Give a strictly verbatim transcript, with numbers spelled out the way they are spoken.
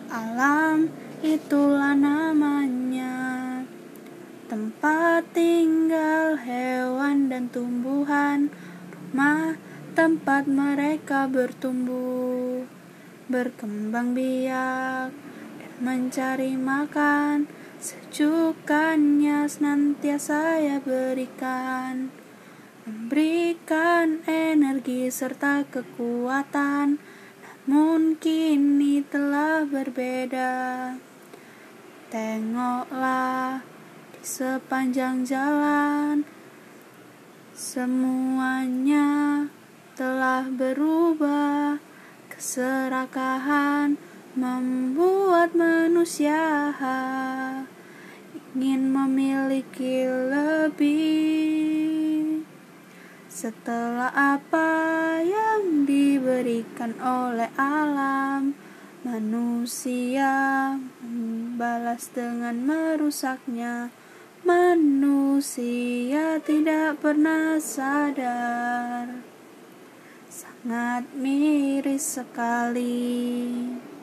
Alam itulah namanya, tempat tinggal hewan dan tumbuhan, rumah tempat mereka bertumbuh, berkembang biak dan mencari makan. Sejukannya senantiasa saya berikan, memberikan energi serta kekuatan. Namun kini telah berbeda. Tengoklah di sepanjang jalan, semuanya telah berubah. Keserakahan membuat manusia ingin memiliki lebih. Setelah apa yang diberikan oleh alam, manusia membalas dengan merusaknya. Manusia tidak pernah sadar, sangat miris sekali.